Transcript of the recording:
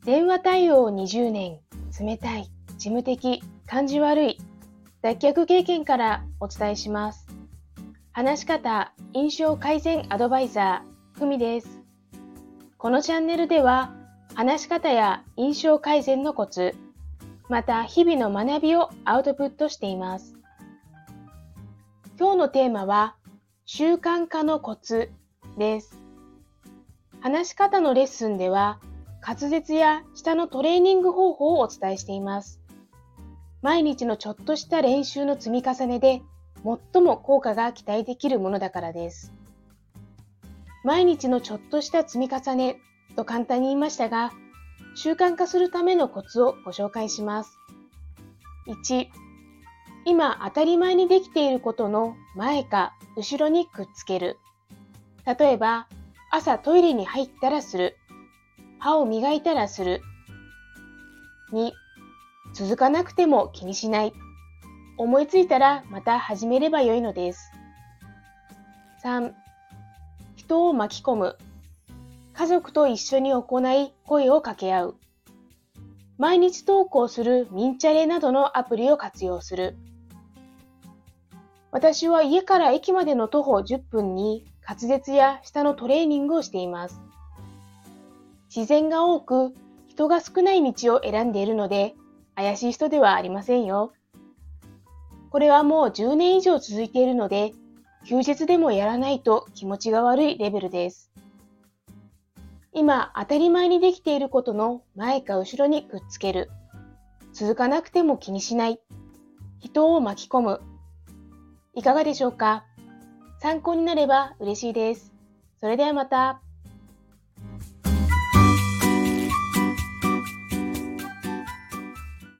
電話対応20年、冷たい、事務的、感じ悪い、脱却経験からお伝えします。話し方、印象改善アドバイザー、ふみです。このチャンネルでは、話し方や印象改善のコツ、また日々の学びをアウトプットしています。今日のテーマは、習慣化のコツです。話し方のレッスンでは、滑舌や舌のトレーニング方法をお伝えしています。毎日のちょっとした練習の積み重ねで、最も効果が期待できるものだからです。毎日のちょっとした積み重ねと簡単に言いましたが、習慣化するためのコツをご紹介します。1、今当たり前にできていることの前か後ろにくっつける。例えば、朝トイレに入ったらする。歯を磨いたらする。2、続かなくても気にしない。思いついたらまた始めればよいのです。3、人を巻き込む。家族と一緒に行い声を掛け合う。毎日投稿するミンチャレなどのアプリを活用する。私は家から駅までの徒歩10分に滑舌や舌のトレーニングをしています。自然が多く人が少ない道を選んでいるので怪しい人ではありませんよ。これはもう10年以上続いているので休日でもやらないと気持ちが悪いレベルです。今当たり前にできていることの前か後ろにくっつける。続かなくても気にしない。人を巻き込む。いかがでしょうか？参考になれば嬉しいです。それではまた。